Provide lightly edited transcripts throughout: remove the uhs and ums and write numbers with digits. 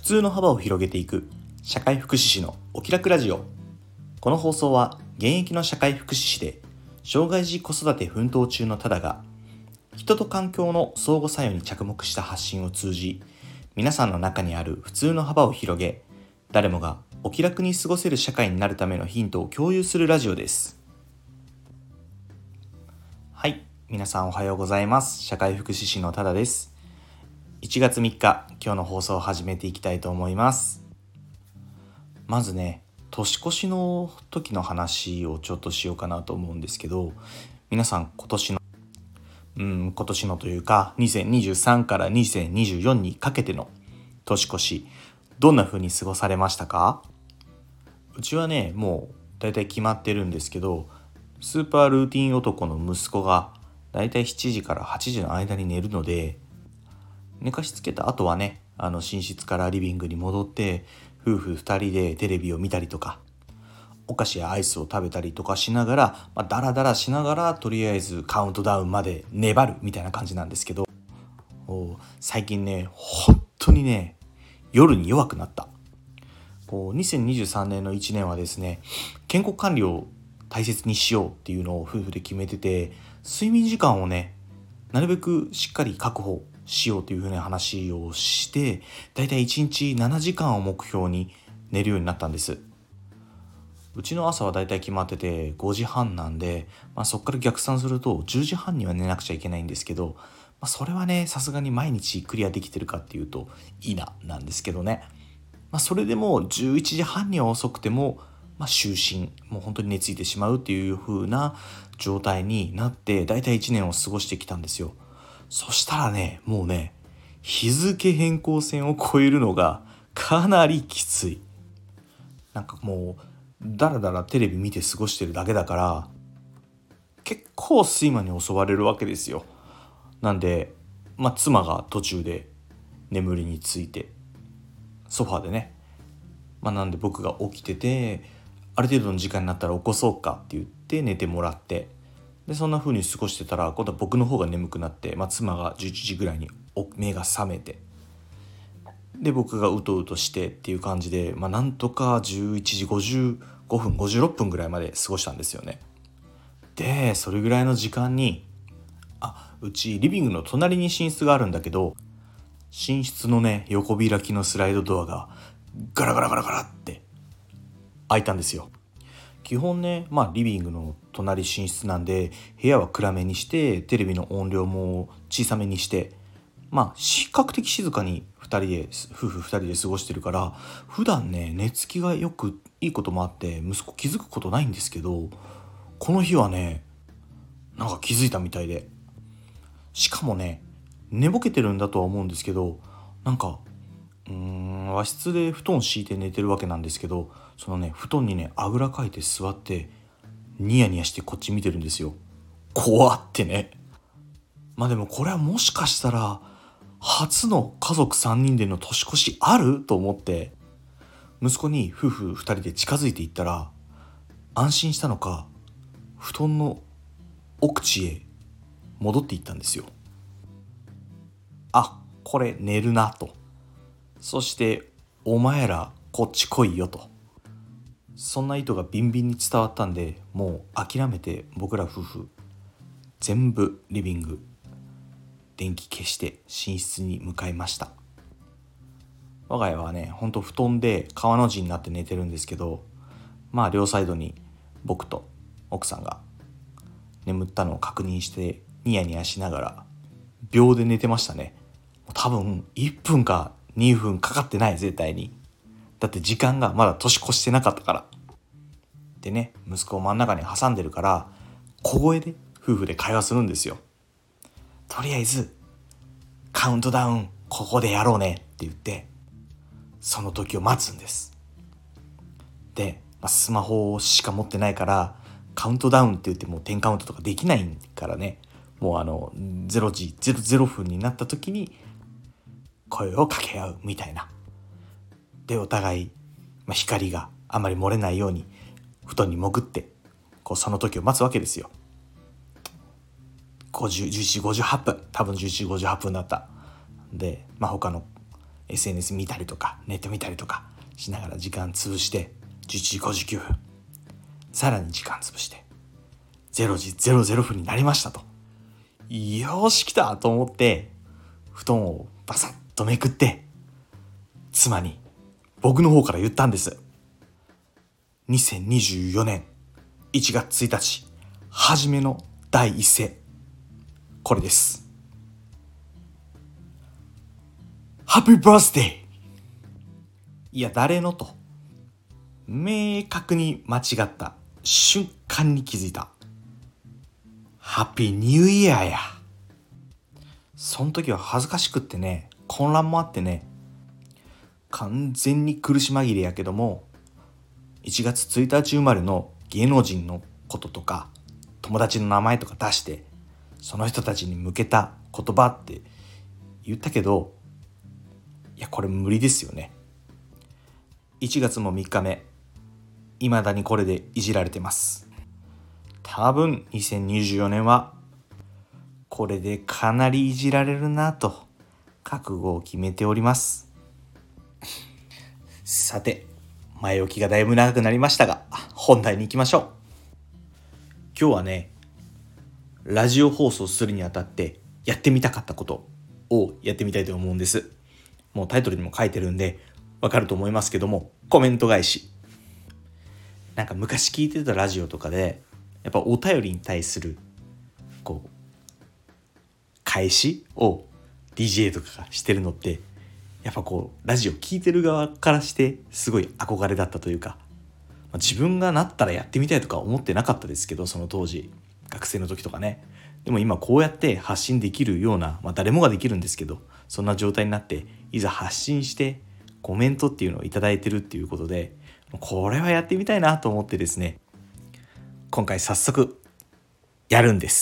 通の幅を広げていく社会福祉士のお気楽ラジオ。この放送は現役の社会福祉士で障害児子育て奮闘中のタダが人と環境の相互作用に着目した発信を通じ、皆さんの中にある普通の幅を広げ、誰もがお気楽に過ごせる社会になるためのヒントを共有するラジオです。はい、皆さんおはようございます。社会福祉士のタダです。1月3日、今日の放送を始めていきたいと思います。まずね、年越しの時の話をちょっとしようかなと思うんですけど、皆さん今年のというか2023から2024にかけての年越し、どんな風に過ごされましたか？うちはね、もうだいたい決まってるんですけど、スーパールーティン男の息子がだいたい7時から8時の間に寝るので、寝かしつけた後はね、寝室からリビングに戻って夫婦2人でテレビを見たりとか、お菓子やアイスを食べたりとかしながら、ダラダラしながらとりあえずカウントダウンまで粘るみたいな感じなんですけど、最近ね、本当にね、夜に弱くなった。2023年の1年はですね、健康管理を大切にしようっていうのを夫婦で決めてて、睡眠時間をね、なるべくしっかり確保しようというふうな話をして、だいたい1日7時間を目標に寝るようになったんです。うちの朝はだいたい決まってて5時半なんで、そこから逆算すると10時半には寝なくちゃいけないんですけど、それはね、さすがに毎日クリアできてるかっていうといいななんですけどね。それでも11時半には遅くても、就寝、もう本当に寝ついてしまうっていう風な状態になって、だいたい1年を過ごしてきたんですよ。そしたらね、もうね、日付変更線を越えるのがかなりきつい。なんかもうだらだらテレビ見て過ごしてるだけだから、結構睡魔に襲われるわけですよ。なんで、妻が途中で眠りについてソファーでね、なんで僕が起きてて、ある程度の時間になったら起こそうかって言って寝てもらって、でそんな風に過ごしてたら、今度は僕の方が眠くなって、妻が11時ぐらいに目が覚めて、で僕がうとうとしてっていう感じで、なんとか11時55分56分ぐらいまで過ごしたんですよね。でそれぐらいの時間に、うちリビングの隣に寝室があるんだけど、寝室のね、横開きのスライドドアがガラガラガラガラって開いたんですよ。基本ね、リビングの隣寝室なんで、部屋は暗めにして、テレビの音量も小さめにして、比較的静かに夫婦2人で過ごしてるから、普段ね、寝つきがよくいいこともあって息子気づくことないんですけど、この日はね、なんか気づいたみたいで、しかもね、寝ぼけてるんだとは思うんですけど、なんか和室で布団敷いて寝てるわけなんですけど、そのね、布団にね、あぐらかいて座ってニヤニヤしてこっち見てるんですよ。怖ってね。でもこれはもしかしたら初の家族3人での年越しあると思って、息子に夫婦2人で近づいていったら、安心したのか布団の奥地へ戻っていったんですよ。これ寝るなと。そしてお前らこっち来いよと。そんな意図がビンビンに伝わったんで、もう諦めて僕ら夫婦全部リビング電気消して寝室に向かいました。我が家はね、ほんと布団で川の字になって寝てるんですけど、両サイドに僕と奥さんが眠ったのを確認してニヤニヤしながら秒で寝てましたね。多分1分か2分かかってない、絶対に。だって時間がまだ年越してなかったから。でね、息子を真ん中に挟んでるから小声で夫婦で会話するんですよ。とりあえずカウントダウンここでやろうねって言って、その時を待つんです。で、スマホしか持ってないからカウントダウンって言っても10カウントとかできないからね、もう0時00分になった時に声を掛け合うみたいな。でお互い、光があまり漏れないように布団に潜ってその時を待つわけですよ。11時58分、多分11時58分だった。で、他の SNS 見たりとかネット見たりとかしながら時間潰して11時59分、さらに時間潰して0時00分になりましたと。よし来たと思って布団をバサッとめくって妻に僕の方から言ったんです。2024年1月1日初めの第一声、これです。ハッピーバースデー。いや誰のと明確に間違った瞬間に気づいた。ハッピーニューイヤーや。その時は恥ずかしくってね、混乱もあってね、完全に苦し紛れやけども、1月1日生まれの芸能人のこととか友達の名前とか出してその人たちに向けた言葉って言ったけど、いやこれ無理ですよね。1月も3日目、未だにこれでいじられてます。多分2024年はこれでかなりいじられるなと覚悟を決めております。さて前置きがだいぶ長くなりましたが本題に行きましょう。今日はね、ラジオ放送するにあたってやってみたかったことをやってみたいと思うんです。もうタイトルにも書いてるんでわかると思いますけども、コメント返し。なんか昔聞いてたラジオとかでやっぱお便りに対するこう返しを DJ とかがしてるのってやっぱこうラジオ聞いてる側からしてすごい憧れだったというか、自分がなったらやってみたいとか思ってなかったですけど、その当時学生の時とかね。でも今こうやって発信できるような、誰もができるんですけど、そんな状態になっていざ発信してコメントっていうのをいただいてるっていうことで、これはやってみたいなと思ってですね、今回早速やるんです。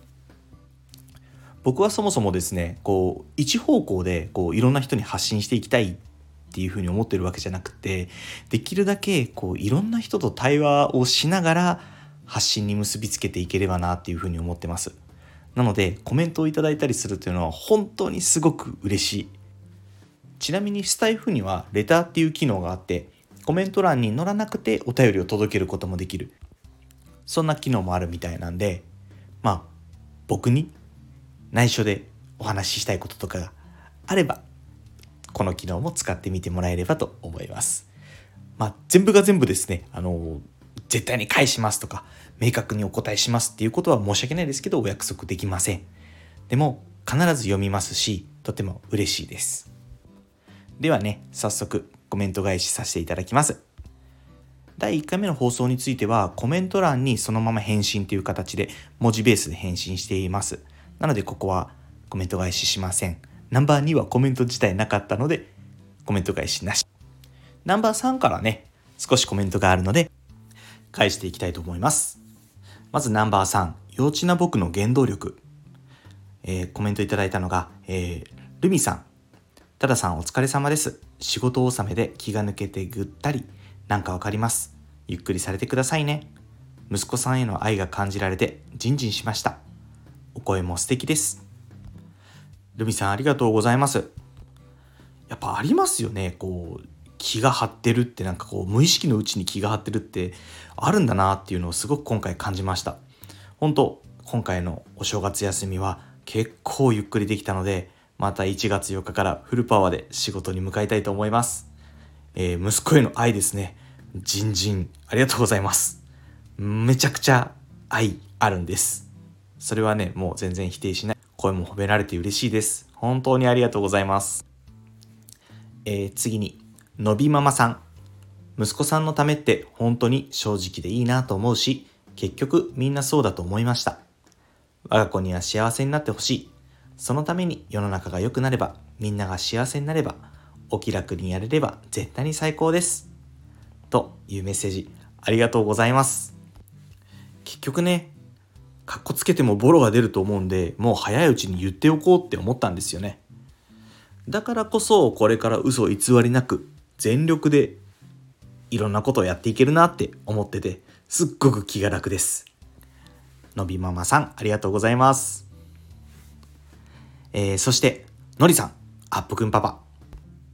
僕はそもそもですね、こう一方向でこういろんな人に発信していきたいっていうふうに思ってるわけじゃなくて、できるだけこういろんな人と対話をしながら発信に結びつけていければなっていうふうに思ってます。なのでコメントをいただいたりするっていうのは本当にすごく嬉しい。ちなみにスタイフにはレターっていう機能があって、コメント欄に載らなくてお便りを届けることもできる、そんな機能もあるみたいなんで、僕に内緒でお話ししたいこととかがあればこの機能も使ってみてもらえればと思います。全部が全部ですね、絶対に返しますとか明確にお答えしますっていうことは申し訳ないですけどお約束できません。でも必ず読みますし、とても嬉しいです。ではね、早速コメント返しさせていただきます。第1回目の放送についてはコメント欄にそのまま返信という形で文字ベースで返信しています。なのでここはコメント返ししません。ナンバー2はコメント自体なかったのでコメント返しなし。ナンバー3からね少しコメントがあるので返していきたいと思います。まずナンバー3、幼稚な僕の原動力。コメントいただいたのが、ルミさん。たださんお疲れ様です。仕事納めで気が抜けてぐったり、なんかわかります。ゆっくりされてくださいね。息子さんへの愛が感じられてジンジンしました。お声も素敵です。ルミさんありがとうございます。やっぱありますよね、こう気が張ってるって、なんかこう無意識のうちに気が張ってるってあるんだなっていうのをすごく今回感じました。本当今回のお正月休みは結構ゆっくりできたので、また1月4日からフルパワーで仕事に向かいたいと思います。息子への愛ですね、ジンジンありがとうございます。めちゃくちゃ愛あるんです。それはねもう全然否定しない。声も褒められて嬉しいです。本当にありがとうございます。次にのびママさん。息子さんのためって本当に正直でいいなと思うし、結局みんなそうだと思いました。我が子には幸せになってほしい。そのために世の中が良くなれば、みんなが幸せになれば、お気楽にやれれば絶対に最高です。というメッセージありがとうございます。結局ね、かっこつけてもボロが出ると思うんで、もう早いうちに言っておこうって思ったんですよね。だからこそこれから嘘偽りなく全力でいろんなことをやっていけるなって思ってて、すっごく気が楽です。のびママさんありがとうございます。そしてのりさん、アップくんパパ。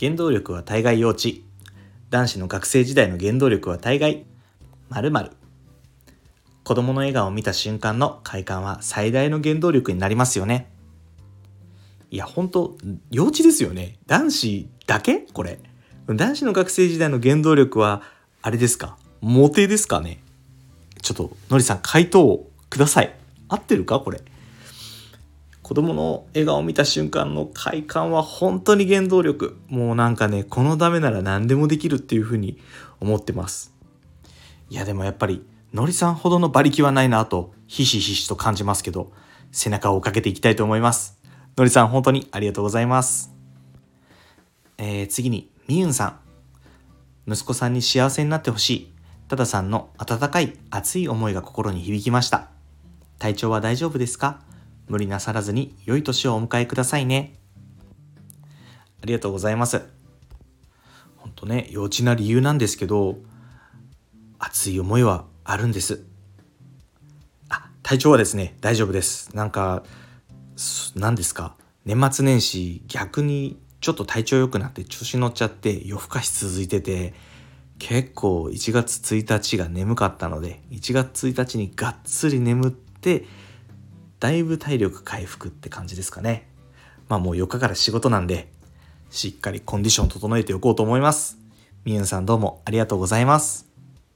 原動力は大概幼稚。男子の学生時代の原動力は大概〇〇。子供の笑顔を見た瞬間の快感は最大の原動力になりますよね。いや本当幼稚ですよね。男子だけこれ。男子の学生時代の原動力はあれですか、モテですかね。ちょっとのりさん回答をください。合ってるかこれ。子供の笑顔を見た瞬間の快感は本当に原動力。もうなんかね、このためなら何でもできるっていうふうに思ってます。いやでもやっぱりのりさんほどの馬力はないなとひしひしと感じますけど、背中を追いかけていきたいと思います。のりさん本当にありがとうございます。次にみゆんさん。息子さんに幸せになってほしい。たださんの温かい熱い思いが心に響きました。体調は大丈夫ですか？無理なさらずに良い年をお迎えくださいね。ありがとうございます。本当ね、幼稚な理由なんですけど、熱い思いはあるんです。体調はですね、大丈夫です。なんですか、年末年始逆にちょっと体調良くなって調子乗っちゃって夜更かし続いてて、結構1月1日が眠かったので、1月1日にがっつり眠ってだいぶ体力回復って感じですかね。もう4日から仕事なんで、しっかりコンディション整えておこうと思います。みゆんさんどうもありがとうございます。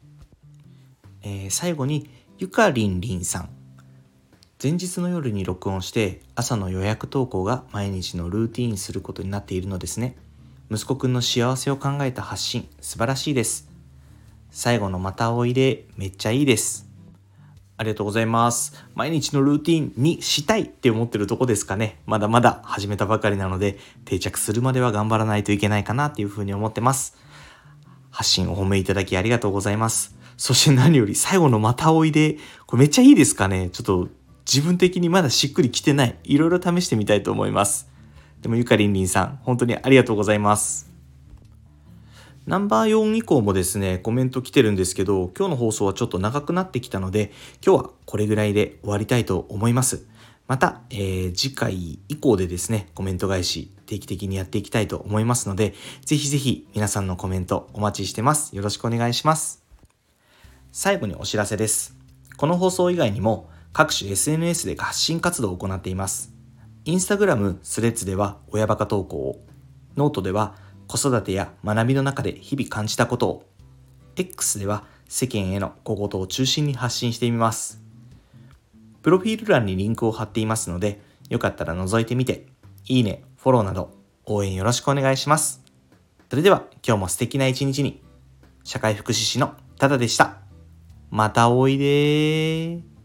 最後にゆかりんりんさん。前日の夜に録音して朝の予約投稿が毎日のルーティーンすることになっているのですね。息子くんの幸せを考えた発信、素晴らしいです。最後のまたおいでめっちゃいいです。ありがとうございます。毎日のルーティンにしたいって思ってるとこですかね。まだまだ始めたばかりなので、定着するまでは頑張らないといけないかなっていうふうに思ってます。発信お褒めいただきありがとうございます。そして何より最後のまたおいで、これめっちゃいいですかね。ちょっと自分的にまだしっくりきてない。いろいろ試してみたいと思います。でもゆかりんりんさん、本当にありがとうございます。ナンバー4以降もですね、コメント来てるんですけど、今日の放送はちょっと長くなってきたので、今日はこれぐらいで終わりたいと思います。また、次回以降でですね、コメント返し定期的にやっていきたいと思いますので、ぜひぜひ皆さんのコメントお待ちしてます。よろしくお願いします。最後にお知らせです。この放送以外にも各種 SNS で発信活動を行っています。インスタグラム、スレッズでは親バカ投稿を、ノートでは子育てや学びの中で日々感じたことを、X では世間への小言を中心に発信してみます。プロフィール欄にリンクを貼っていますので、よかったら覗いてみて、いいね、フォローなど応援よろしくお願いします。それでは今日も素敵な一日に。社会福祉士のタダでした。またおいでー。